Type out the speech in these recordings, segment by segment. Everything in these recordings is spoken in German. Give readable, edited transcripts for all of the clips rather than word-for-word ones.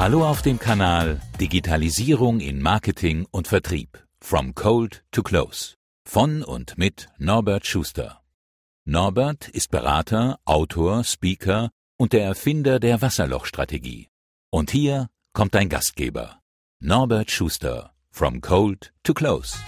Hallo auf dem Kanal Digitalisierung in Marketing und Vertrieb. From Cold to Close. Von und mit Norbert Schuster. Norbert ist Berater, Autor, Speaker und der Erfinder der Wasserlochstrategie. Und hier kommt dein Gastgeber, Norbert Schuster. From Cold to Close.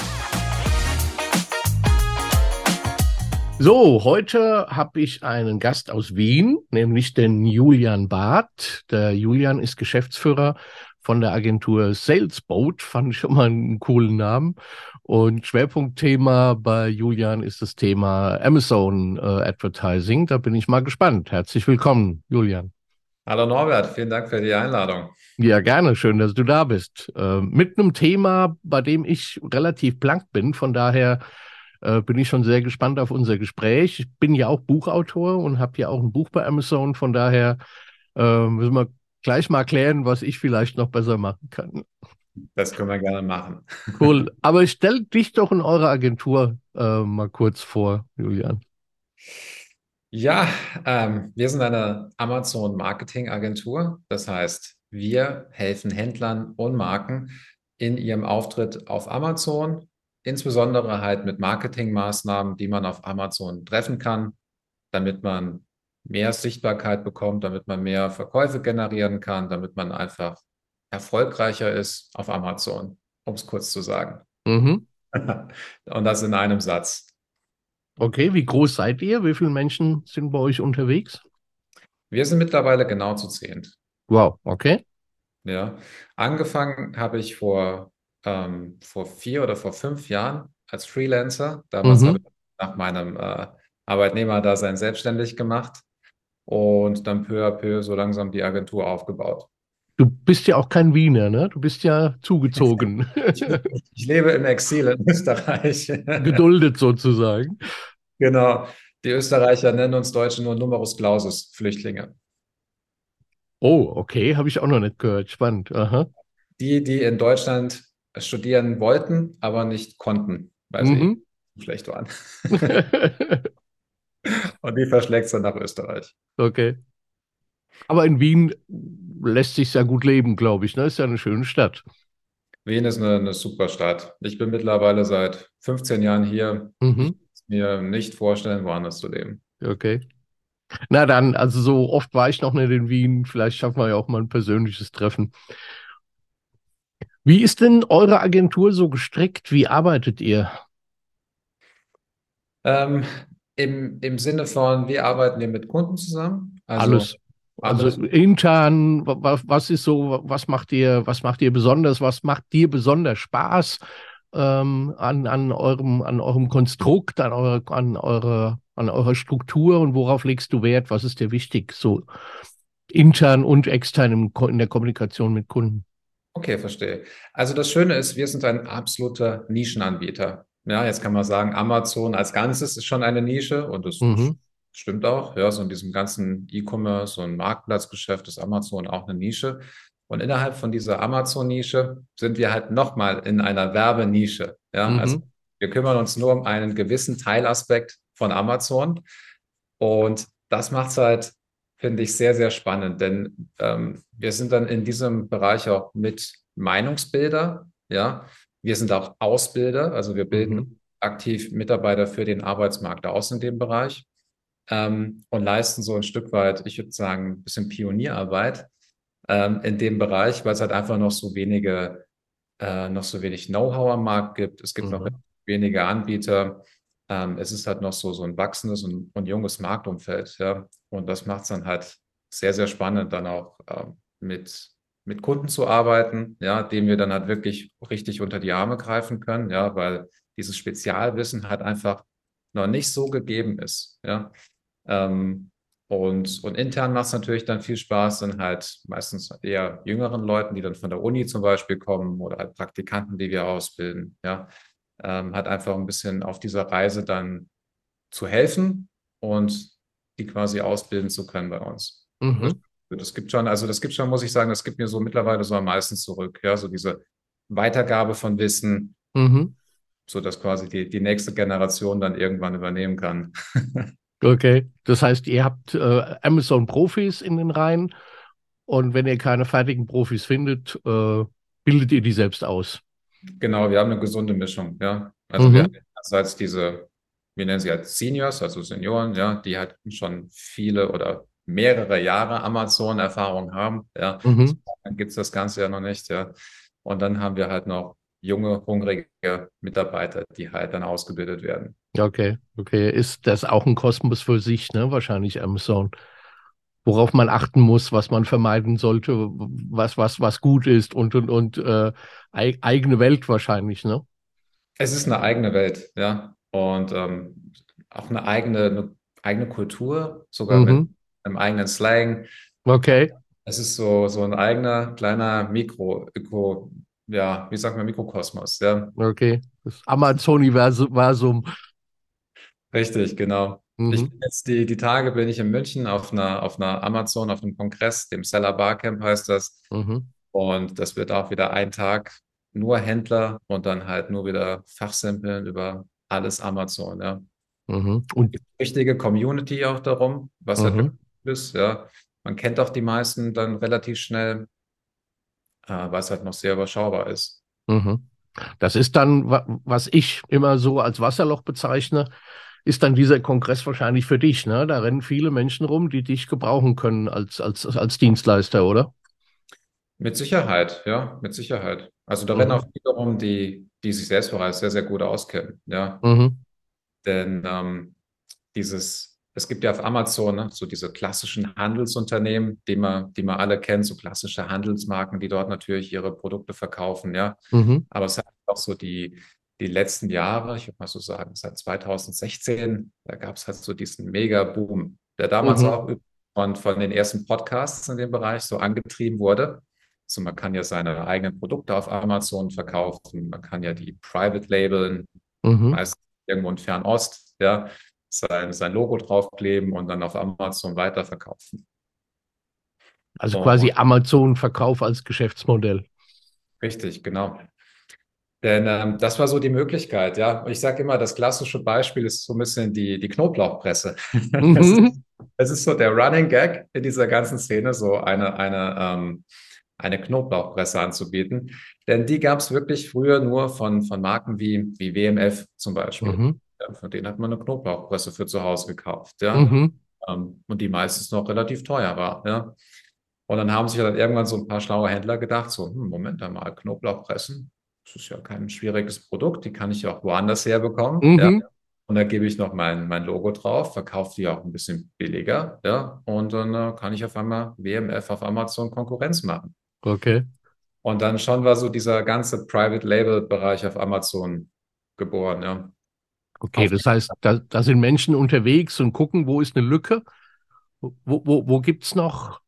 So, heute habe ich einen Gast aus Wien, nämlich den Julian Barth. Der Julian ist Geschäftsführer von der Agentur Salesboat, fand ich schon mal einen coolen Namen. Und Schwerpunktthema bei Julian ist das Thema Amazon Advertising. Da bin ich mal gespannt. Herzlich willkommen, Julian. Hallo Norbert, vielen Dank für die Einladung. Ja, gerne. Schön, dass du da bist. Mit einem Thema, bei dem ich relativ blank bin. Von daher bin ich schon sehr gespannt auf unser Gespräch. Ich bin ja auch Buchautor und habe ja auch ein Buch bei Amazon. Von daher müssen wir gleich mal klären, was ich vielleicht noch besser machen kann. Das können wir gerne machen. Cool. Aber stell dich doch in eurer Agentur mal kurz vor, Julian. Ja, wir sind eine Amazon-Marketing-Agentur. Das heißt, wir helfen Händlern und Marken in ihrem Auftritt auf Amazon, insbesondere halt mit Marketingmaßnahmen, die man auf Amazon treffen kann, damit man mehr Sichtbarkeit bekommt, damit man mehr Verkäufe generieren kann, damit man einfach erfolgreicher ist auf Amazon, um es kurz zu sagen. Mhm. Und das in einem Satz. Okay, wie groß seid ihr? Wie viele Menschen sind bei euch unterwegs? Wir sind mittlerweile genau zu 10. Wow, okay. Ja. Angefangen habe ich vor 4 oder vor 5 Jahren als Freelancer. Damals habe Mhm. ich nach meinem Arbeitnehmerdasein selbstständig gemacht und dann peu à peu so langsam die Agentur aufgebaut. Du bist ja auch kein Wiener, ne? Du bist ja zugezogen. Ich lebe im Exil in Österreich. Geduldet sozusagen. Genau. Die Österreicher nennen uns Deutsche nur Numerus Clausus, Flüchtlinge. Oh, okay, habe ich auch noch nicht gehört. Spannend. Aha. Die in Deutschland studieren wollten, aber nicht konnten, weil sie Mhm. schlecht waren. Und die verschlägt es dann nach Österreich. Okay. Aber in Wien lässt sich ja gut leben, glaube ich, ne? Ist ja eine schöne Stadt. Wien ist eine super Stadt. Ich bin mittlerweile seit 15 Jahren hier. Ich Mhm. kann es mir nicht vorstellen, woanders zu leben. Okay. Na dann, also so oft war ich noch nicht in Wien. Vielleicht schaffen wir ja auch mal ein persönliches Treffen. Wie ist denn eure Agentur so gestrickt? Wie arbeitet ihr? Ähm, im Sinne von, wie arbeiten wir mit Kunden zusammen? Also Alles. Also alles. intern, was ist so, was macht ihr besonders, was macht dir besonders Spaß an eurem Konstrukt, an eurer Struktur und worauf legst du Wert? Was ist dir wichtig, so intern und extern in der Kommunikation mit Kunden? Okay, verstehe. Also das Schöne ist, wir sind ein absoluter Nischenanbieter. Ja, jetzt kann man sagen, Amazon als Ganzes ist schon eine Nische und das Mhm. stimmt auch. Ja, so in diesem ganzen E-Commerce und Marktplatzgeschäft ist Amazon auch eine Nische. Und innerhalb von dieser Amazon-Nische sind wir halt nochmal in einer Werbenische. Ja, also Mhm. wir kümmern uns nur um einen gewissen Teilaspekt von Amazon. Und das macht es halt, finde ich, sehr, sehr spannend, denn wir sind dann in diesem Bereich auch mit Meinungsbilder, ja. Wir sind auch Ausbilder, also wir bilden Mhm. aktiv Mitarbeiter für den Arbeitsmarkt aus in dem Bereich und leisten so ein Stück weit, ich würde sagen, ein bisschen Pionierarbeit in dem Bereich, weil es halt einfach noch so wenig Know-how am Markt gibt. Es gibt noch Mhm. wenige Anbieter. Es ist halt noch so ein wachsendes und junges Marktumfeld, ja. Und das macht es dann halt sehr, sehr spannend, dann auch mit Kunden zu arbeiten, ja, denen wir dann halt wirklich richtig unter die Arme greifen können, ja, weil dieses Spezialwissen halt einfach noch nicht so gegeben ist, ja. Ähm, und intern macht es natürlich dann viel Spaß, dann halt meistens eher jüngeren Leuten, die dann von der Uni zum Beispiel kommen oder halt Praktikanten, die wir ausbilden, ja, halt einfach ein bisschen auf dieser Reise dann zu helfen und die quasi ausbilden zu können bei uns. Mhm. Das gibt schon, also das gibt schon, muss ich sagen, das gibt mir so mittlerweile so am meisten zurück, ja, so diese Weitergabe von Wissen, Mhm. so dass quasi die nächste Generation dann irgendwann übernehmen kann. Okay. Das heißt, ihr habt Amazon-Profis in den Reihen und wenn ihr keine fertigen Profis findet, bildet ihr die selbst aus. Genau, wir haben eine gesunde Mischung, ja. Also wir haben Mhm. einerseits diese, wir nennen sie halt Seniors, also Senioren, ja, die halt schon viele oder mehrere Jahre Amazon-Erfahrung haben, ja. Mhm. Dann gibt es das Ganze ja noch nicht, ja. Und dann haben wir halt noch junge, hungrige Mitarbeiter, die halt dann ausgebildet werden. Okay, okay. Ist das auch ein Kosmos für sich, ne? Wahrscheinlich Amazon. Worauf man achten muss, was man vermeiden sollte, was gut ist und eigene Welt wahrscheinlich, ne? Es ist eine eigene Welt, ja. Und auch eine eigene Kultur, sogar mit Mhm. einem eigenen Slang. Okay, Es ist so ein eigener kleiner ja, wie sagt man, Mikrokosmos, ja. okay. Das Amazoniversum. Richtig, genau. Ich Mhm. bin jetzt die Tage bin ich in München auf einer Amazon, auf einem Kongress, dem Seller Barcamp heißt das. Mhm. Und das wird auch wieder ein Tag nur Händler und dann halt nur wieder Fachsimpeln über alles Amazon, ja. Mhm. Und Richtige Community auch darum, was halt wirklich mhm. cool ist, ja. Man kennt auch die meisten dann relativ schnell, weil es halt noch sehr überschaubar ist. Mhm. Das ist dann, was ich immer so als Wasserloch bezeichne, ist dann dieser Kongress wahrscheinlich für dich, ne? Da rennen viele Menschen rum, die dich gebrauchen können als Dienstleister, oder? Mit Sicherheit, ja, mit Sicherheit. Also da rennen auch Mhm. viele rum, die sich selbst bereits sehr, sehr gut auskennen, ja. Mhm. Denn es gibt ja auf Amazon, ne, so diese klassischen Handelsunternehmen, die man alle kennt, so klassische Handelsmarken, die dort natürlich ihre Produkte verkaufen, ja. Mhm. Aber es hat auch so die letzten Jahre, ich würde mal so sagen, seit 2016, da gab es halt so diesen Mega-Boom, der damals Mhm. auch von den ersten Podcasts in dem Bereich so angetrieben wurde. So, man kann ja seine eigenen Produkte auf Amazon verkaufen, man kann ja die Private Labeln, Mhm. meist irgendwo in Fernost, ja, sein Logo draufkleben und dann auf Amazon weiterverkaufen. Also quasi Und Amazon-Verkauf als Geschäftsmodell. richtig, genau. Denn das war so die Möglichkeit, ja. Und ich sage immer, das klassische Beispiel ist so ein bisschen die Knoblauchpresse. Das ist, Mhm. das ist so der Running Gag in dieser ganzen Szene, so eine Knoblauchpresse anzubieten. Denn die gab es wirklich früher nur von Marken wie WMF zum Beispiel. Mhm. Ja, von denen hat man eine Knoblauchpresse für zu Hause gekauft, ja. Mhm. Und die meistens noch relativ teuer war, ja. Und dann haben sich ja dann irgendwann so ein paar schlaue Händler gedacht, so, Moment einmal, Knoblauchpressen, das ist ja kein schwieriges Produkt, die kann ich ja auch woanders herbekommen, ja. Mhm. Und da gebe ich noch mein Logo drauf, verkaufe die auch ein bisschen billiger, ja. Und dann kann ich auf einmal WMF auf Amazon Konkurrenz machen. Okay. Und dann schon war so dieser ganze Private Label Bereich auf Amazon geboren, ja. Okay, Auf, das heißt, da sind Menschen unterwegs und gucken, wo ist eine Lücke, wo gibt es noch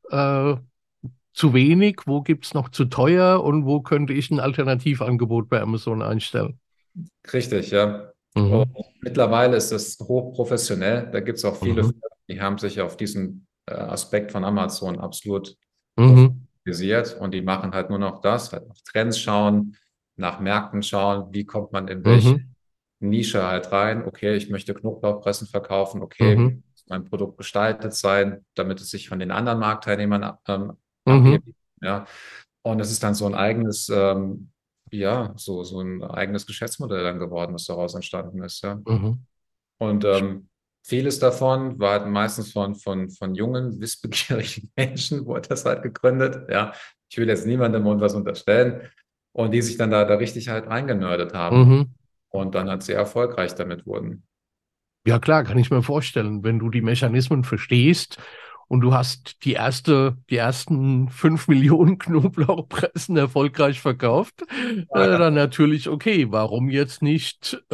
zu wenig, wo gibt es noch zu teuer und wo könnte ich ein Alternativangebot bei Amazon einstellen. richtig, ja. Und Mhm. mittlerweile ist das hochprofessionell. Da gibt es auch viele Mhm. Firmen, die haben sich auf diesen Aspekt von Amazon absolut Mhm. fokussiert und die machen halt nur noch das, halt auf Trends schauen, nach Märkten schauen, wie kommt man in welche Mhm. Nische halt rein. Okay, ich möchte Knoblauchpressen verkaufen. Okay, wie Mhm. muss mein Produkt gestaltet sein, damit es sich von den anderen Marktteilnehmern Mhm. abhebt. Ja. Und es ist dann so ein eigenes, ja, so ein eigenes Geschäftsmodell dann geworden, was daraus entstanden ist. Ja. Mhm. Und vieles davon war halt meistens von jungen, wissbegierigen Menschen, wurde das halt gegründet. Ja. Ich will jetzt niemandem was unterstellen. Und die sich dann da richtig halt reingenördet haben Mhm. und dann halt sehr erfolgreich damit wurden. Ja klar, kann ich mir vorstellen, wenn du die Mechanismen verstehst und du hast die ersten 5 Millionen Knoblauchpressen erfolgreich verkauft, dann natürlich okay. Warum jetzt nicht,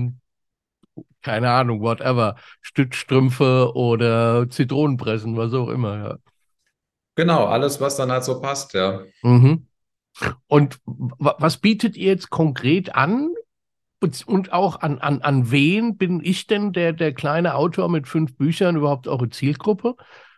keine Ahnung, whatever, Stützstrümpfe oder Zitronenpressen, was auch immer, ja. Genau, alles, was dann halt so passt, ja. Mhm. Und was bietet ihr jetzt konkret an? Und auch an wen bin ich denn, der kleine Autor mit 5 Büchern, überhaupt eure Zielgruppe?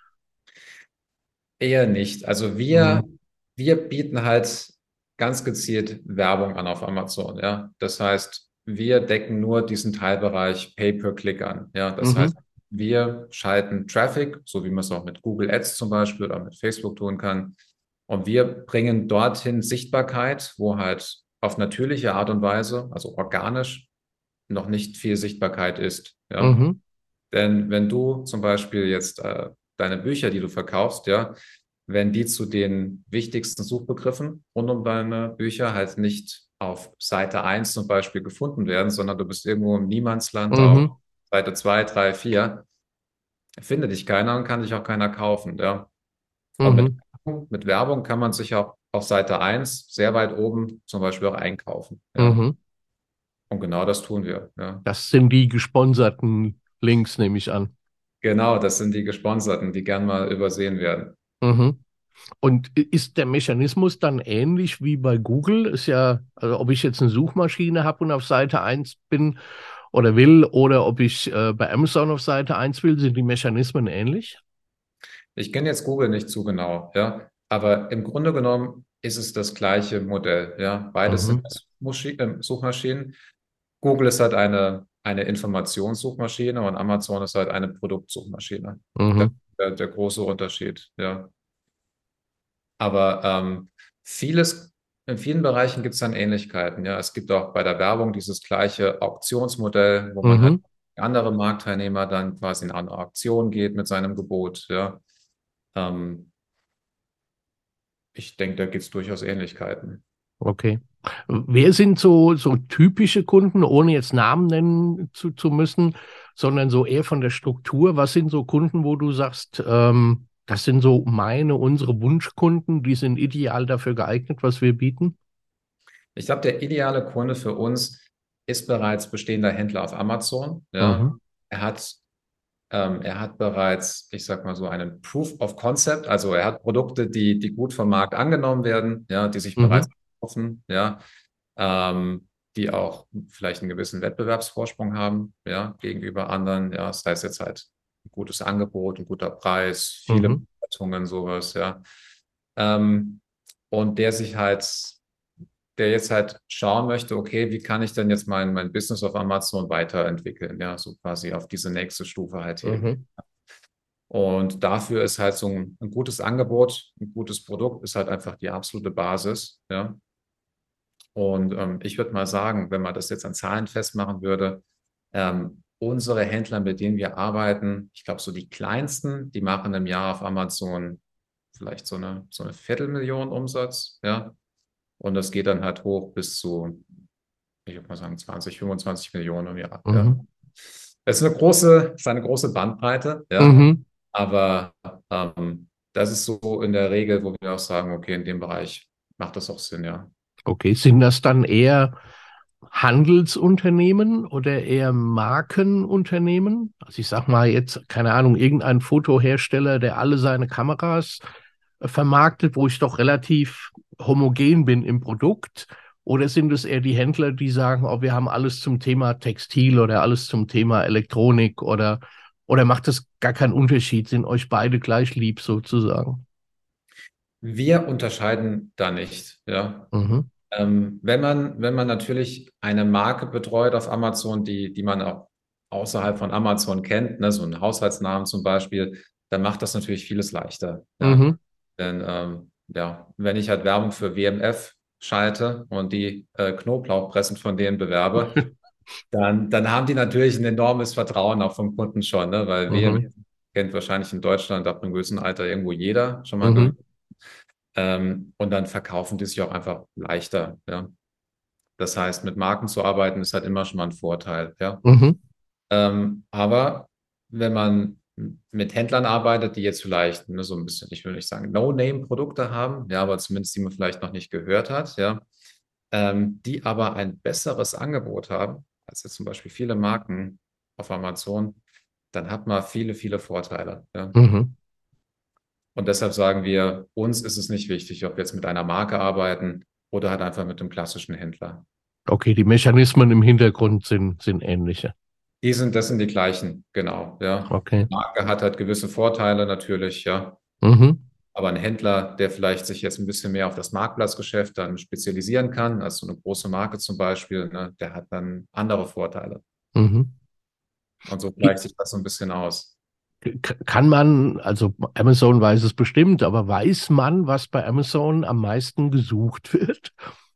Eher nicht. Also Mhm. wir bieten halt ganz gezielt Werbung an auf Amazon, ja. Das heißt, wir decken nur diesen Teilbereich Pay-per-Click an. Ja, das heißt, Mhm. wir schalten Traffic, so wie man es auch mit Google Ads zum Beispiel oder mit Facebook tun kann. Und wir bringen dorthin Sichtbarkeit, wo halt auf natürliche Art und Weise, also organisch, noch nicht viel Sichtbarkeit ist. Ja? Mhm. Denn wenn du zum Beispiel jetzt deine Bücher, die du verkaufst, ja, wenn die zu den wichtigsten Suchbegriffen rund um deine Bücher halt nicht auf Seite 1 zum Beispiel gefunden werden, sondern du bist irgendwo im Niemandsland auf Mhm. Seite 2, 3, 4, findet dich keiner und kann dich auch keiner kaufen. Ja. Und Mhm. mit Werbung kann man sich auch auf Seite 1 sehr weit oben zum Beispiel auch einkaufen. Ja. Mhm. Und genau das tun wir. Ja. Das sind die gesponserten Links, nehme ich an. Genau, das sind die Gesponserten, die gern mal übersehen werden. Mhm. Und ist der Mechanismus dann ähnlich wie bei Google? Ist ja, also ob ich jetzt eine Suchmaschine habe und auf Seite 1 bin oder will, oder ob ich bei Amazon auf Seite 1 will, sind die Mechanismen ähnlich? Ich kenne jetzt Google nicht zu genau, ja, aber im Grunde genommen ist es das gleiche Modell, ja. Beides sind Mhm. Suchmaschinen. Google ist halt eine Informationssuchmaschine und Amazon ist halt eine Produktsuchmaschine. Das Mhm. ist der große Unterschied, ja. Aber in vielen Bereichen gibt es dann Ähnlichkeiten, ja. Es gibt auch bei der Werbung dieses gleiche Auktionsmodell, wo man halt Mhm. andere Marktteilnehmer dann quasi in eine Auktion geht mit seinem Gebot, ja. Ähm, Ich denke, da gibt es durchaus Ähnlichkeiten. Okay. Wer sind so typische Kunden, ohne jetzt Namen nennen zu müssen, sondern so eher von der Struktur? Was sind so Kunden, wo du sagst, das sind so unsere Wunschkunden, die sind ideal dafür geeignet, was wir bieten? Ich glaube, der ideale Kunde für uns ist bereits bestehender Händler auf Amazon. Ja. Mhm. Er hat, er hat bereits, ich sag mal so, einen Proof of Concept. Also er hat Produkte, die gut vom Markt angenommen werden, ja, die sich bereits Mhm. kaufen, ja, die auch vielleicht einen gewissen Wettbewerbsvorsprung haben, ja, gegenüber anderen. Ja, das heißt jetzt halt ein gutes Angebot, ein guter Preis, viele Mhm. Bewertungen, sowas, ja. Ähm, und der jetzt halt schauen möchte, okay, wie kann ich denn jetzt mein Business auf Amazon weiterentwickeln, ja, so quasi auf diese nächste Stufe halt heben. Mhm. Und dafür ist halt so ein gutes Angebot, ein gutes Produkt ist halt einfach die absolute Basis, ja. Und ich würde mal sagen, wenn man das jetzt an Zahlen festmachen würde, unsere Händler, mit denen wir arbeiten, ich glaube, so die kleinsten, die machen im Jahr auf Amazon vielleicht so eine Viertelmillion Umsatz, ja. Und das geht dann halt hoch bis zu, ich würde mal sagen, 20, 25 Millionen im Jahr, ja. Mhm. Ist eine große Bandbreite, ja. Mhm. Aber das ist so in der Regel, wo wir auch sagen, okay, in dem Bereich macht das auch Sinn, ja. Okay, sind das dann eher Handelsunternehmen oder eher Markenunternehmen? Also ich sag mal jetzt, keine Ahnung, irgendein Fotohersteller, der alle seine Kameras vermarktet, wo ich doch relativ homogen bin im Produkt? Oder sind es eher die Händler, die sagen, oh, wir haben alles zum Thema Textil oder alles zum Thema Elektronik oder macht das gar keinen Unterschied? Sind euch beide gleich lieb sozusagen? Wir unterscheiden da nicht, ja. Mhm. Wenn man natürlich eine Marke betreut auf Amazon, die man auch außerhalb von Amazon kennt, ne, so einen Haushaltsnamen zum Beispiel, dann macht das natürlich vieles leichter. Ja. Mhm. Denn ja, wenn ich halt Werbung für WMF schalte und die Knoblauchpressen von denen bewerbe, dann haben die natürlich ein enormes Vertrauen auch vom Kunden schon, ne, weil WMF Mhm. kennt wahrscheinlich in Deutschland ab einem gewissen Alter irgendwo jeder schon mal gehört. Mhm. Und dann verkaufen die sich auch einfach leichter. Ja. Das heißt, mit Marken zu arbeiten, ist halt immer schon mal ein Vorteil. Ja. Mhm. Aber wenn man mit Händlern arbeitet, die jetzt vielleicht ne, so ein bisschen, ich will nicht sagen, No-Name-Produkte haben, ja, aber zumindest die man vielleicht noch nicht gehört hat, ja, die aber ein besseres Angebot haben, als jetzt zum Beispiel viele Marken auf Amazon, dann hat man viele, viele Vorteile. Ja. Mhm. Und deshalb sagen wir, uns ist es nicht wichtig, ob wir jetzt mit einer Marke arbeiten oder halt einfach mit einem klassischen Händler. Okay, die Mechanismen im Hintergrund sind ähnliche. Das sind die gleichen, genau, ja. Okay. Marke hat halt gewisse Vorteile natürlich, ja. Mhm. Aber ein Händler, der vielleicht sich jetzt ein bisschen mehr auf das Marktplatzgeschäft dann spezialisieren kann, als so eine große Marke zum Beispiel, ne, der hat dann andere Vorteile. Mhm. Und so gleicht sich das so ein bisschen aus. Kann man, also Amazon weiß es bestimmt, aber weiß man, was bei Amazon am meisten gesucht wird?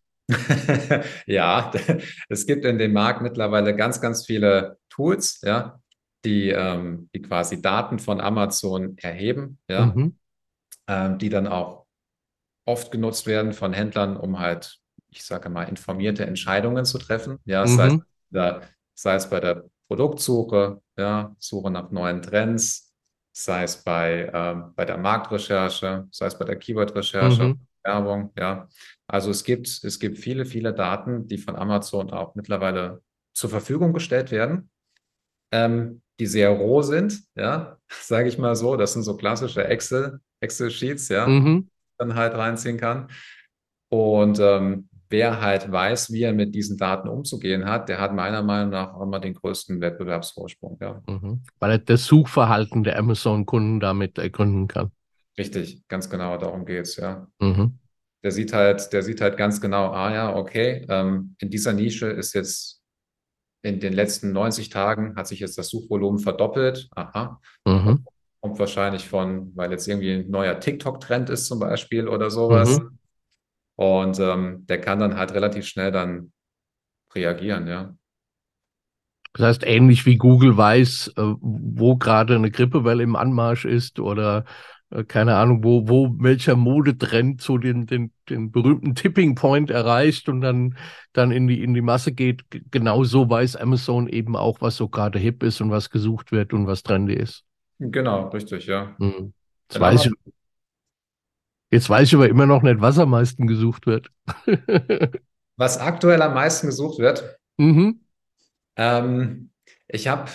Ja, es gibt in dem Markt mittlerweile ganz, ganz viele Tools, ja, die quasi Daten von Amazon erheben, ja, Mhm, die dann auch oft genutzt werden von Händlern, um halt, ich sage mal, informierte Entscheidungen zu treffen. Ja, mhm, sei es bei der Produktsuche, ja, Suche nach neuen Trends, sei es bei der Marktrecherche, sei es bei der Keyword-Recherche, mhm. Werbung, ja. Also es gibt viele, viele Daten, die von Amazon auch mittlerweile zur Verfügung gestellt werden, die sehr roh sind, ja, sage ich mal so. Das sind so klassische Excel-Sheets, ja, Mhm. dann halt reinziehen kann. Und wer halt weiß, wie er mit diesen Daten umzugehen hat, der hat meiner Meinung nach auch immer den größten Wettbewerbsvorsprung. Ja, Mhm. Weil er das Suchverhalten der Amazon-Kunden damit ergründen kann. richtig, ganz genau, darum geht's, ja. Mhm. Der sieht halt ganz genau, ah ja, okay, in dieser Nische ist jetzt in den letzten 90 Tagen hat sich jetzt das Suchvolumen verdoppelt. Aha. Und Mhm. kommt wahrscheinlich weil jetzt irgendwie ein neuer TikTok-Trend ist zum Beispiel oder sowas. Mhm. Und der kann dann halt relativ schnell dann reagieren, ja. Das heißt, ähnlich wie Google weiß, wo gerade eine Grippewelle im Anmarsch ist oder keine Ahnung, wo welcher Modetrend so den berühmten Tipping Point erreicht und dann in die Masse geht. Genauso weiß Amazon eben auch, was so gerade hip ist und was gesucht wird und was trendy ist. Genau, richtig, ja. Mhm. Jetzt Denn Amazon, jetzt weiß ich aber immer noch nicht, was am meisten gesucht wird. was aktuell am meisten gesucht wird, Mhm. ähm, ich habe,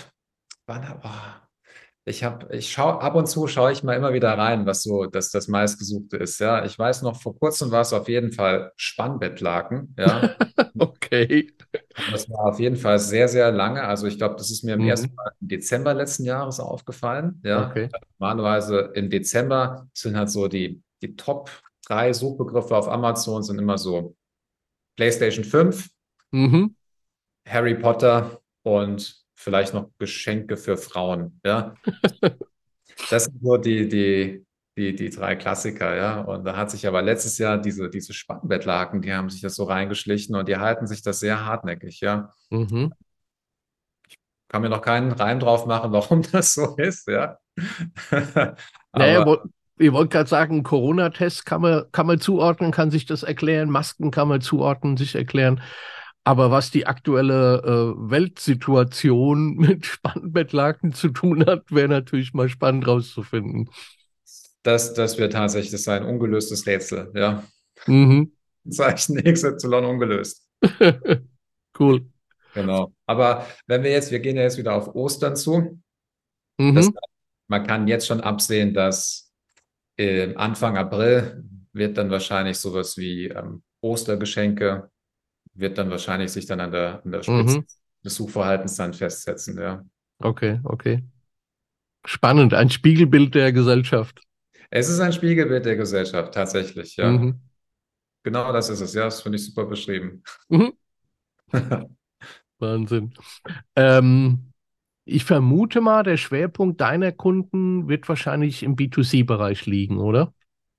ich schaue ab und zu schaue ich mal immer wieder rein, was so das meistgesuchte ist. Ja, ich weiß noch, vor kurzem war es auf jeden Fall Spannbettlaken. Ja, Okay. das war auf jeden Fall sehr, sehr lange. Also ich glaube, das ist mir im ersten Mhm. Mal im Dezember letzten Jahres aufgefallen. Ja, Okay. normalerweise im Dezember sind halt so die Top 3 Suchbegriffe auf Amazon sind immer so PlayStation 5, Mhm. Harry Potter und vielleicht noch Geschenke für Frauen. Ja, das sind so die drei Klassiker. Ja, und da hat sich aber letztes Jahr diese Spannbettlaken, die haben sich das so reingeschlichen und die halten sich das sehr hartnäckig. Ja, Mhm. kann mir noch keinen Reim drauf machen, warum das so ist. Ja, Naja, aber ich wollte gerade sagen, Corona-Test kann man zuordnen, kann sich das erklären, Masken kann man zuordnen, sich erklären. Aber was die aktuelle Weltsituation mit Spannbettlaken zu tun hat, wäre natürlich mal spannend rauszufinden. das wird tatsächlich sein ungelöstes Rätsel. Ja, Mhm. Zeichen XY ungelöst. Cool. Genau. Aber wir gehen ja jetzt wieder auf Ostern zu. Das, Mhm. man kann jetzt schon absehen, dass Anfang April wird dann wahrscheinlich sowas wie Ostergeschenke, wird dann wahrscheinlich sich dann an der Spitze Mhm. des Suchverhaltens dann festsetzen. Ja. Okay, okay. Spannend, ein Spiegelbild der Gesellschaft. Es ist ein Spiegelbild der Gesellschaft, tatsächlich, ja. Mhm. Genau das ist es, ja. Das finde ich super beschrieben. Mhm. Wahnsinn. Ähm, Ich vermute mal, der Schwerpunkt deiner Kunden wird wahrscheinlich im B2C-Bereich liegen, oder?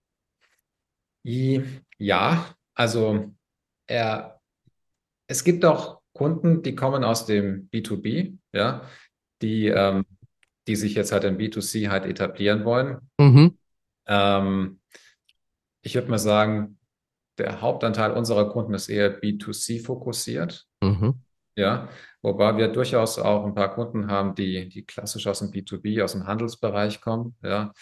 Ja, also er, es gibt auch Kunden, die kommen aus dem B2B, ja, die, die sich jetzt halt im B2C halt etablieren wollen. Mhm. Ähm, Ich würde mal sagen, der Hauptanteil unserer Kunden ist eher B2C fokussiert, Mhm. ja, wobei wir durchaus auch ein paar Kunden haben, die klassisch aus dem B2B, aus dem Handelsbereich kommen, ja,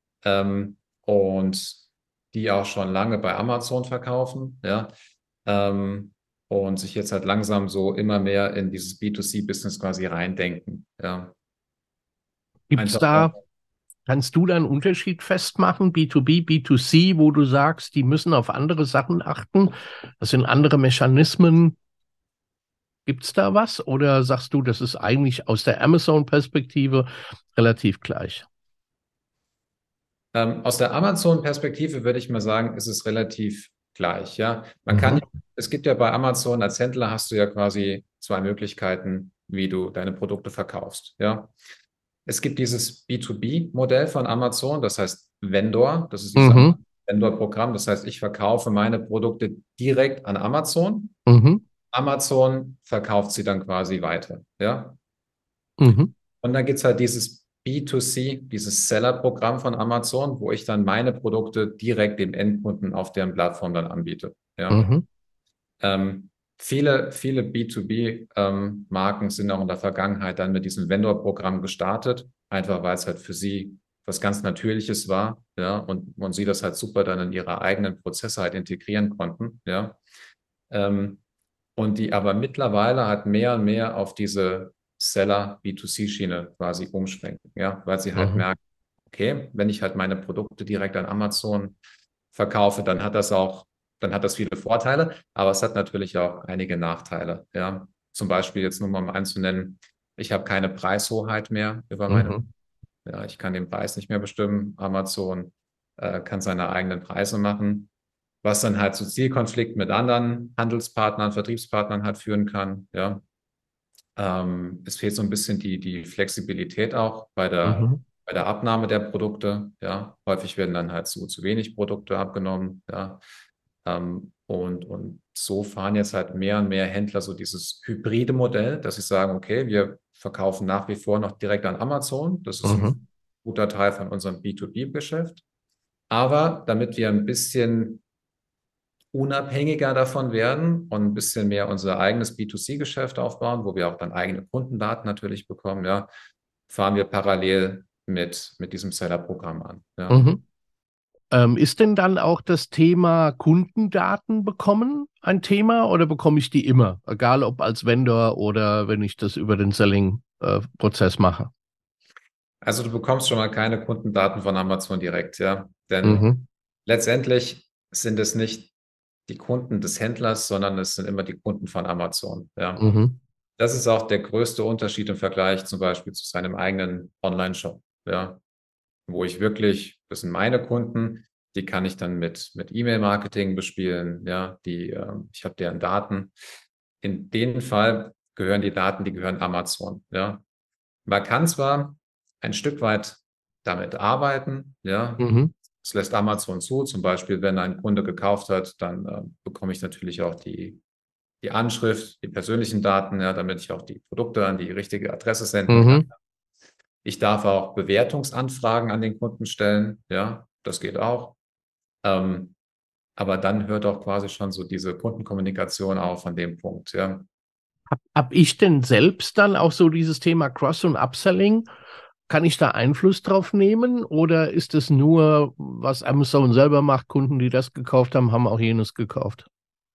und die auch schon lange bei Amazon verkaufen, ja, ähm, und sich jetzt halt langsam so immer mehr in dieses B2C-Business quasi reindenken, ja. Gibt's Einfach auch. da, kannst du da einen Unterschied festmachen, B2B, B2C, wo du sagst, die müssen auf andere Sachen achten? Das sind andere Mechanismen. Gibt's da was? Oder sagst du, das ist eigentlich aus der Amazon-Perspektive relativ gleich? Aus der Amazon-Perspektive würde ich mal sagen, ist es relativ gleich, ja. Mhm. Es gibt ja bei Amazon als Händler hast du ja quasi zwei Möglichkeiten. wie du deine Produkte verkaufst. Ja. Es gibt dieses B2B-Modell von Amazon, das heißt Vendor, das ist dieses Mhm. Vendor-Programm. Das heißt, ich verkaufe meine Produkte direkt an Amazon. Mhm. Amazon verkauft sie dann quasi weiter. Ja. Mhm. Und dann gibt es halt dieses B2C, dieses Seller-Programm von Amazon, wo ich dann meine Produkte direkt dem Endkunden auf deren Plattform dann anbiete. Ja. Mhm. Viele B2B-Marken sind auch in der Vergangenheit dann mit diesem Vendor-Programm gestartet, einfach weil es halt für sie was ganz Natürliches war, ja, und sie das halt super dann in ihre eigenen Prozesse halt integrieren konnten, ja. Ähm, und die aber mittlerweile halt mehr und mehr auf diese Seller B2C-Schiene quasi umschwenken, ja, weil sie halt Mhm. merken, okay, wenn ich halt meine Produkte direkt an Amazon verkaufe, dann hat das viele Vorteile, aber es hat natürlich auch einige Nachteile, ja. Zum Beispiel jetzt nur mal um einen zu nennen, ich habe keine Preishoheit mehr über meine, Mhm. ja, ich kann den Preis nicht mehr bestimmen. Amazon kann seine eigenen Preise machen, was dann halt zu Zielkonflikten mit anderen Handelspartnern, Vertriebspartnern halt führen kann, ja. Es fehlt so ein bisschen die Flexibilität auch Mhm. bei der Abnahme der Produkte. Ja, häufig werden dann halt zu wenig Produkte abgenommen. Ja, und so fahren jetzt halt mehr und mehr Händler so dieses hybride Modell, dass sie sagen, okay, wir verkaufen nach wie vor noch direkt an Amazon. Das ist ein Mhm. guter Teil von unserem B2B-Geschäft. Aber damit wir ein bisschen unabhängiger davon werden und ein bisschen mehr unser eigenes B2C-Geschäft aufbauen, wo wir auch dann eigene Kundendaten natürlich bekommen, ja, fahren wir parallel mit diesem Seller-Programm an. Ja. Mhm. Ist denn dann auch das Thema Kundendaten bekommen ein Thema oder bekomme ich die immer? Egal ob als Vendor oder wenn ich das über den Selling-Prozess mache. Also du bekommst schon mal keine Kundendaten von Amazon direkt, ja. Denn Mhm. letztendlich sind es nicht die Kunden des Händlers, sondern es sind immer die Kunden von Amazon, ja. Mhm. Das ist auch der größte Unterschied im Vergleich zum Beispiel zu seinem eigenen Online-Shop, ja. Wo ich wirklich, das sind meine Kunden, die kann ich dann mit E-Mail-Marketing bespielen, ja, ich habe deren Daten. In dem Fall gehören die Daten, die gehören Amazon, ja. Man kann zwar ein Stück weit damit arbeiten, ja, Mhm. das lässt Amazon zu, zum Beispiel, wenn ein Kunde gekauft hat, dann bekomme ich natürlich auch die Anschrift, die persönlichen Daten, ja, damit ich auch die Produkte an die richtige Adresse senden kann. Mhm. Ich darf auch Bewertungsanfragen an den Kunden stellen. Ja, das geht auch. Ähm, aber dann hört auch quasi schon so diese Kundenkommunikation auf an dem Punkt. Ja, Hab ich denn selbst dann auch so dieses Thema Cross- und Upselling? Kann ich da Einfluss drauf nehmen oder ist es nur, was Amazon selber macht? Kunden, die das gekauft haben, haben auch jenes gekauft.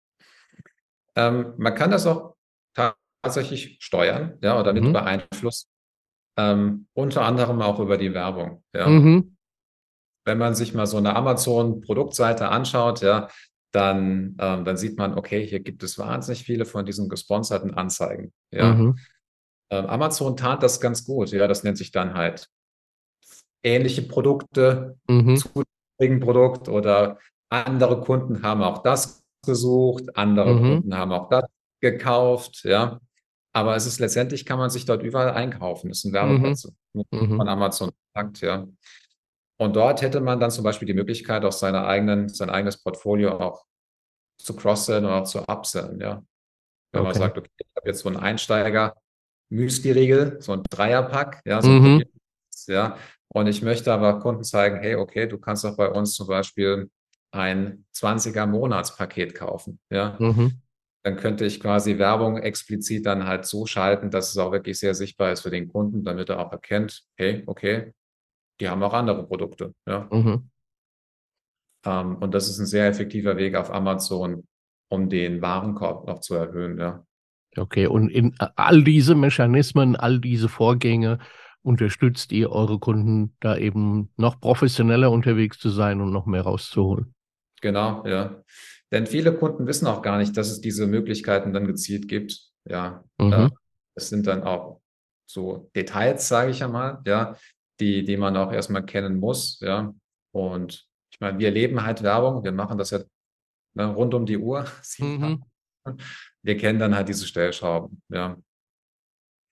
man kann das auch tatsächlich steuern, ja, oder mit Mhm. beeinflussen. Unter anderem auch über die Werbung. Ja, Mhm. wenn man sich mal so eine Amazon-Produktseite anschaut, ja, dann sieht man, okay, hier gibt es wahnsinnig viele von diesen gesponserten Anzeigen. Ja, Mhm. Amazon tat das ganz gut. Ja, das nennt sich dann halt ähnliche Produkte Mhm. zu dem Produkt oder andere Kunden haben auch das gesucht, andere Mhm. Kunden haben auch das gekauft. Ja, aber es ist letztendlich kann man sich dort überall einkaufen. Das sind Mhm. Werbeplätze von Mhm. Amazon. Ja. Und dort hätte man dann zum Beispiel die Möglichkeit, auch sein eigenes Portfolio auch zu cross-sellen oder auch zu upsellen, ja. Wenn man Okay. sagt, okay, ich habe jetzt so einen Einsteiger-Müsli-Riegel, so ein Dreierpack, ja, so ein Mhm. Probier, ja. Und ich möchte aber Kunden zeigen, hey, okay, du kannst doch bei uns zum Beispiel ein 20er Monatspaket kaufen, ja. Mhm. Dann könnte ich quasi Werbung explizit dann halt so schalten, dass es auch wirklich sehr sichtbar ist für den Kunden, damit er auch erkennt, hey, okay, die haben auch andere Produkte, ja. Mhm. Und das ist ein sehr effektiver Weg auf Amazon, um den Warenkorb noch zu erhöhen, ja. Okay. Und in all diese Mechanismen, all diese Vorgänge unterstützt ihr eure Kunden, da eben noch professioneller unterwegs zu sein und noch mehr rauszuholen. Genau, ja. Denn viele Kunden wissen auch gar nicht, dass es diese Möglichkeiten dann gezielt gibt. Ja, Mhm. es sind dann auch so Details, sage ich ja mal, ja, die man auch erstmal kennen muss, ja. Und ich meine, wir leben halt Werbung, wir machen das ja, ne, rund um die Uhr, 7 Tage. Mhm. Wir kennen dann halt diese Stellschrauben, ja.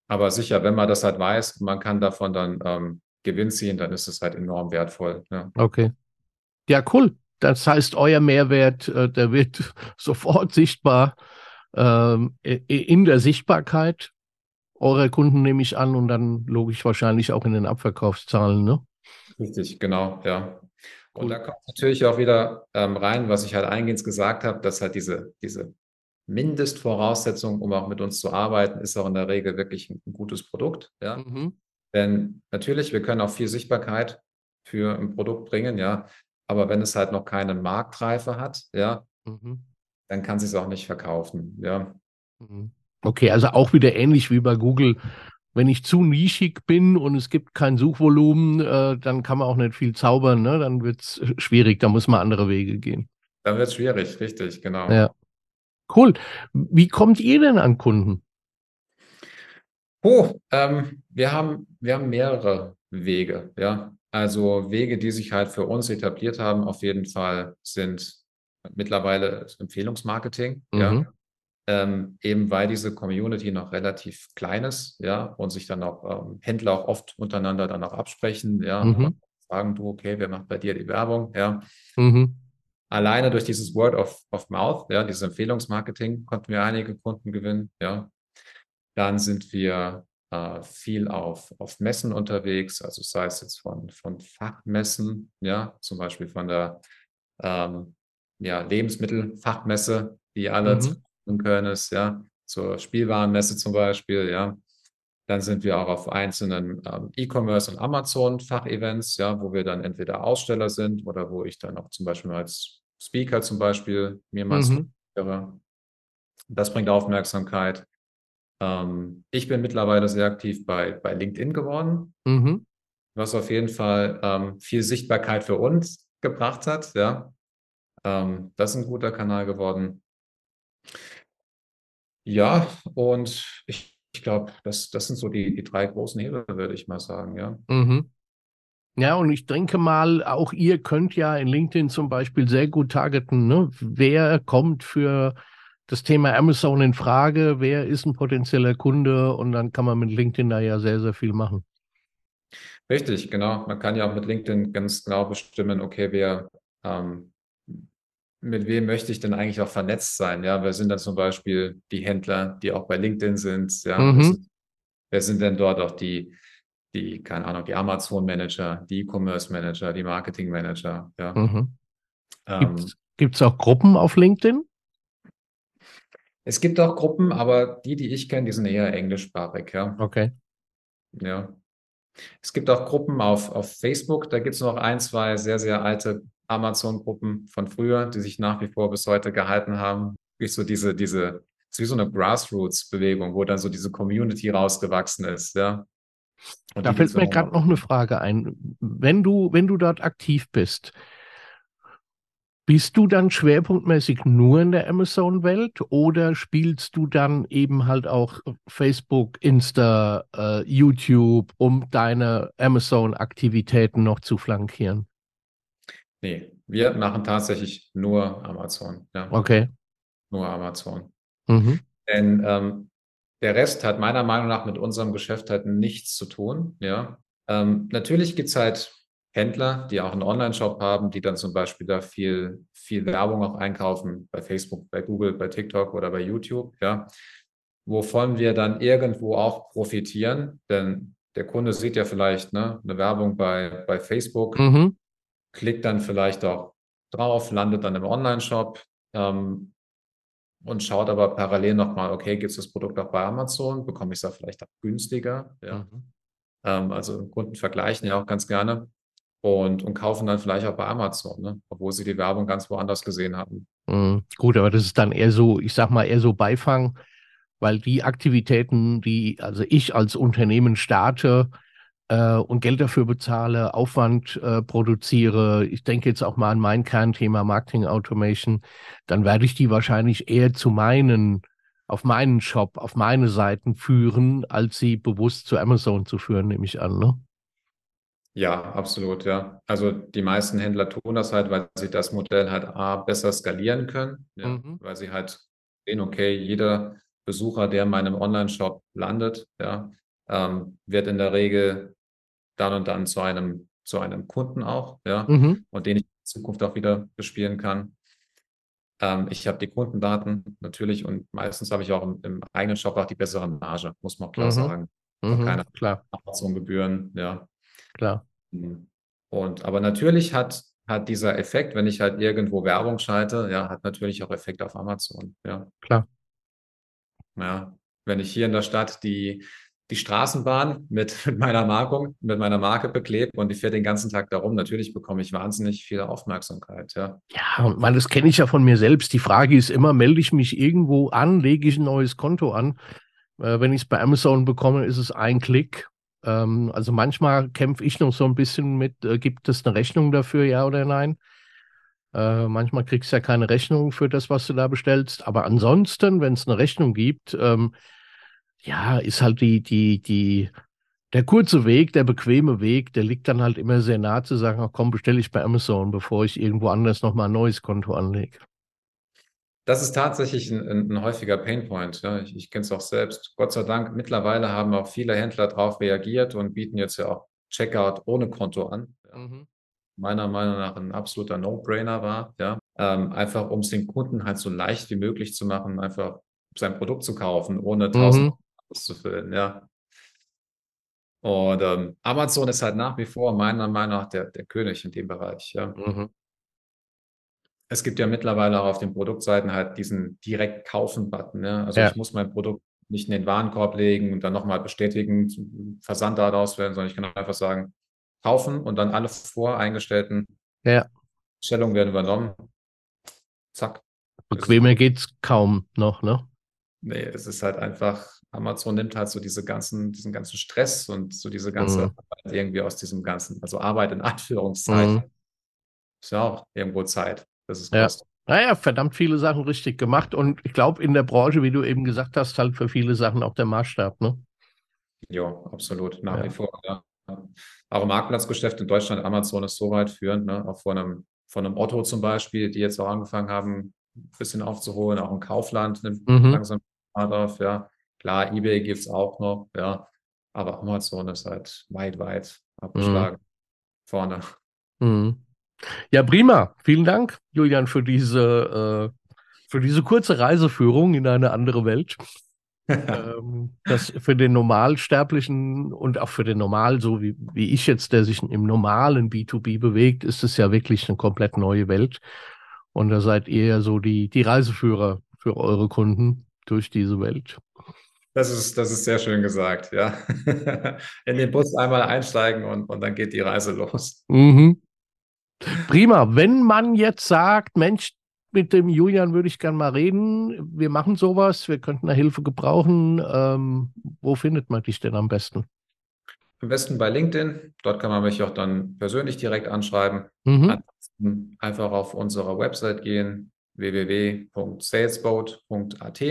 Aber sicher, wenn man das halt weiß, man kann davon dann Gewinn ziehen, dann ist es halt enorm wertvoll. Ja. Okay. Ja, cool. Das heißt, euer Mehrwert, der wird sofort sichtbar in der Sichtbarkeit eurer Kunden, nehme ich an, und dann logisch wahrscheinlich auch in den Abverkaufszahlen, ne? Richtig, genau, ja. Und Cool. da kommt natürlich auch wieder rein, was ich halt eingehend gesagt habe, dass halt diese Mindestvoraussetzung, um auch mit uns zu arbeiten, ist auch in der Regel wirklich ein gutes Produkt, ja. Mhm. Denn natürlich, wir können auch viel Sichtbarkeit für ein Produkt bringen, ja. Aber wenn es halt noch keine Marktreife hat, ja, Mhm. dann kann es sich auch nicht verkaufen, ja. Mhm. Okay, also auch wieder ähnlich wie bei Google. Wenn ich zu nischig bin und es gibt kein Suchvolumen, dann kann man auch nicht viel zaubern, ne? Dann wird es schwierig, da muss man andere Wege gehen. Dann wird es schwierig, richtig, genau. Ja, cool. Wie kommt ihr denn an Kunden? Wir haben mehrere Wege, ja. Also Wege, die sich halt für uns etabliert haben, auf jeden Fall sind mittlerweile das Empfehlungsmarketing, ja. Mhm. Eben weil diese Community noch relativ klein ist, ja, und sich dann auch Händler auch oft untereinander dann auch absprechen, ja, und Mhm. sagen, du, okay, wer macht bei dir die Werbung, ja. Mhm. Alleine durch dieses Word of Mouth, ja, dieses Empfehlungsmarketing konnten wir einige Kunden gewinnen, ja. Dann sind wir viel auf Messen unterwegs, also sei es jetzt von Fachmessen, ja, zum Beispiel von der ja, Lebensmittelfachmesse, die alle Mhm. treffen können, ist, ja, zur Spielwarenmesse zum Beispiel, ja. Dann sind wir auch auf einzelnen E-Commerce und Amazon-Fachevents, ja, wo wir dann entweder Aussteller sind oder wo ich dann auch zum Beispiel als Speaker zum Beispiel mir mal Mhm. höre. Das bringt Aufmerksamkeit. Ich bin mittlerweile sehr aktiv bei LinkedIn geworden, Mhm. was auf jeden Fall viel Sichtbarkeit für uns gebracht hat. Ja, das ist ein guter Kanal geworden. Ja, und ich glaube, das sind so die drei großen Hebel, würde ich mal sagen. Ja, Mhm. Ja, und ich denke mal, auch ihr könnt ja in LinkedIn zum Beispiel sehr gut targeten, ne? Wer kommt für das Thema Amazon in Frage, wer ist ein potenzieller Kunde, und dann kann man mit LinkedIn da ja sehr, sehr viel machen. richtig, genau. Man kann ja auch mit LinkedIn ganz genau bestimmen, okay, ähm, mit wem möchte ich denn eigentlich auch vernetzt sein? Ja, wer sind dann zum Beispiel die Händler, die auch bei LinkedIn sind? Ja, Mhm. wer sind denn dort auch keine Ahnung, die Amazon-Manager, die E-Commerce-Manager, die Marketing-Manager, ja. Mhm. Ähm, Gibt's auch Gruppen auf LinkedIn? Es gibt auch Gruppen, aber die ich kenne, die sind eher englischsprachig, ja. Okay. Ja. Es gibt auch Gruppen auf Facebook, da gibt es noch ein, zwei sehr, sehr alte Amazon-Gruppen von früher, die sich nach wie vor bis heute gehalten haben. Wie so es ist wie so eine Grassroots-Bewegung, wo dann so diese Community rausgewachsen ist, ja. Und Da die gibt fällt es immer mir gerade noch. noch eine Frage ein. Wenn du dort aktiv bist du dann schwerpunktmäßig nur in der Amazon-Welt oder spielst du dann eben halt auch Facebook, Insta, YouTube, um deine Amazon-Aktivitäten noch zu flankieren? Nee, wir machen tatsächlich nur Amazon, ja. Okay. Nur Amazon. Mhm. Denn der Rest hat meiner Meinung nach mit unserem Geschäft halt nichts zu tun. Ja, natürlich gibt's halt Händler, die auch einen Online-Shop haben, die dann zum Beispiel da viel Werbung auch einkaufen bei Facebook, bei Google, bei TikTok oder bei YouTube. Ja, wovon wir dann irgendwo auch profitieren, denn der Kunde sieht ja vielleicht eine Werbung bei Facebook, Mhm. klickt dann vielleicht auch drauf, landet dann im Online-Shop. Und schaut aber parallel nochmal, okay, gibt es das Produkt auch bei Amazon? Bekomme ich es da vielleicht auch günstiger? Ja. Mhm. Also Kunden vergleichen ja auch ganz gerne und kaufen dann vielleicht auch bei Amazon, ne? Obwohl sie die Werbung ganz woanders gesehen hatten. Mhm. Gut, aber das ist dann eher so, ich sag mal, eher so Beifang, weil die Aktivitäten, die also ich als Unternehmen starte, und Geld dafür bezahle, Aufwand produziere, ich denke jetzt auch mal an mein Kernthema Marketing Automation, dann werde ich die wahrscheinlich eher auf meinen Shop, auf meine Seiten führen, als sie bewusst zu Amazon zu führen, nehme ich an, ne? Ja, absolut, ja. Also die meisten Händler tun das halt, weil sie das Modell halt besser skalieren können, ja, Mhm. weil sie halt sehen, okay, jeder Besucher, der in meinem Online-Shop landet, ja, wird in der Regel dann und dann zu einem Kunden auch, ja, und den ich in Zukunft auch wieder bespielen kann. Ich habe die Kundendaten natürlich und meistens habe ich auch im eigenen Shop auch die bessere Marge, muss man klar sagen. Auch keine Klar. Amazon-Gebühren, ja. Klar. Aber natürlich hat dieser Effekt, wenn ich halt irgendwo Werbung schalte, ja, hat natürlich auch Effekt auf Amazon, ja. Klar. Ja, wenn ich hier in der Stadt die Straßenbahn mit meiner Marke beklebe und ich fähre den ganzen Tag da rum, natürlich bekomme ich wahnsinnig viel Aufmerksamkeit, ja. Ja, man, das kenne ich ja von mir selbst. Die Frage ist immer, melde ich mich irgendwo an, lege ich ein neues Konto an? Wenn ich es bei Amazon bekomme, ist es ein Klick. Also manchmal kämpfe ich noch so ein bisschen mit, gibt es eine Rechnung dafür, ja oder nein? Manchmal kriegst du ja keine Rechnung für das, was du da bestellst. Aber ansonsten, wenn es eine Rechnung gibt, ja, ist halt der kurze Weg, der bequeme Weg, der liegt dann halt immer sehr nah zu sagen, ach komm, bestelle ich bei Amazon, bevor ich irgendwo anders nochmal ein neues Konto anlege. Das ist tatsächlich ein häufiger Painpoint. Ja. Ich kenne es auch selbst. Gott sei Dank, mittlerweile haben auch viele Händler darauf reagiert und bieten jetzt ja auch Checkout ohne Konto an. Ja. Meiner Meinung nach ein absoluter No-Brainer war. Ja. Einfach um es den Kunden halt so leicht wie möglich zu machen, einfach sein Produkt zu kaufen, ohne 1000 Euro auszufüllen. Ja. Und Amazon ist halt nach wie vor meiner Meinung nach der König in dem Bereich. Ja. Es gibt ja mittlerweile auch auf den Produktseiten halt diesen Direkt-Kaufen-Button. Ne? Also ich muss mein Produkt nicht in den Warenkorb legen und dann nochmal bestätigen, Versandart auswählen, sondern ich kann einfach sagen, kaufen und dann alle voreingestellten Bestellungen werden übernommen. Zack. Bequemer geht's kaum noch, ne? Nee, es ist halt einfach, Amazon nimmt halt so diesen ganzen Stress und so diese ganze Arbeit irgendwie aus diesem ganzen, also Arbeit in Anführungszeichen. Ist ja auch irgendwo Zeit. Das ist kostet. Naja, verdammt viele Sachen richtig gemacht und ich glaube in der Branche, wie du eben gesagt hast, halt für viele Sachen auch der Maßstab, ne? Ja, absolut, nach wie vor. Ja. Auch im Marktplatzgeschäft in Deutschland, Amazon ist so weit führend, ne? Auch von einem Otto zum Beispiel, die jetzt auch angefangen haben, ein bisschen aufzuholen, auch ein Kaufland nimmt langsam auf, ja. Klar, eBay gibt es auch noch, ja, aber Amazon ist halt weit abgeschlagen vorne. Ja, prima. Vielen Dank, Julian, für diese kurze Reiseführung in eine andere Welt. Das für den Normalsterblichen und auch für den Normal, so wie ich jetzt, der sich im normalen B2B bewegt, ist es ja wirklich eine komplett neue Welt. Und da seid ihr ja so die Reiseführer für eure Kunden durch diese Welt. Das ist sehr schön gesagt, ja. In den Bus einmal einsteigen und dann geht die Reise los. Prima. Wenn man jetzt sagt, Mensch, mit dem Julian würde ich gern mal reden, wir machen sowas, wir könnten da Hilfe gebrauchen, wo findet man dich denn am besten? Am besten bei LinkedIn. Dort kann man mich auch dann persönlich direkt anschreiben. Ansonsten einfach auf unsere Website gehen, www.salesboat.at.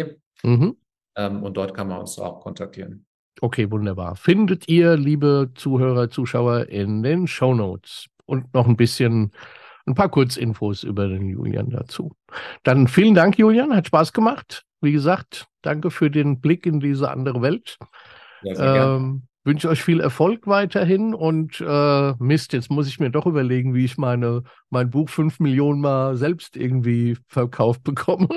Und dort kann man uns auch kontaktieren. Okay, wunderbar. Findet ihr, liebe Zuhörer, Zuschauer, in den Shownotes und noch ein paar Kurzinfos über den Julian dazu. Dann vielen Dank, Julian, hat Spaß gemacht. Wie gesagt, danke für den Blick in diese andere Welt. Ja, sehr gerne. Wünsche euch viel Erfolg weiterhin und Mist, jetzt muss ich mir doch überlegen, wie ich mein Buch 5 Millionen Mal selbst irgendwie verkauft bekomme.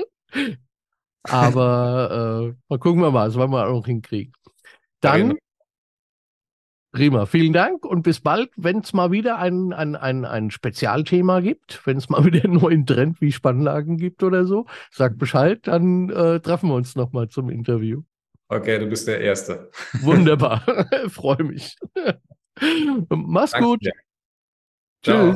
Aber mal gucken wir mal, das wollen wir auch noch hinkriegen. Dann, prima, vielen Dank und bis bald, wenn es mal wieder ein Spezialthema gibt, wenn es mal wieder einen neuen Trend wie Spannlagen gibt oder so, sagt Bescheid, dann treffen wir uns nochmal zum Interview. Okay, du bist der Erste. Wunderbar, freue mich. Mach's Danke gut. dir. Tschüss.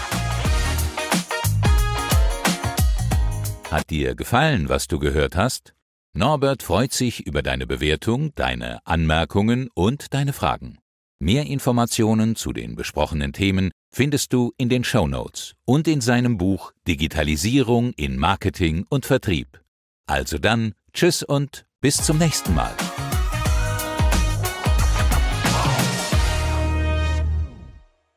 Hat dir gefallen, was du gehört hast? Norbert freut sich über deine Bewertung, deine Anmerkungen und deine Fragen. Mehr Informationen zu den besprochenen Themen findest du in den Shownotes und in seinem Buch Digitalisierung in Marketing und Vertrieb. Also dann, tschüss und bis zum nächsten Mal.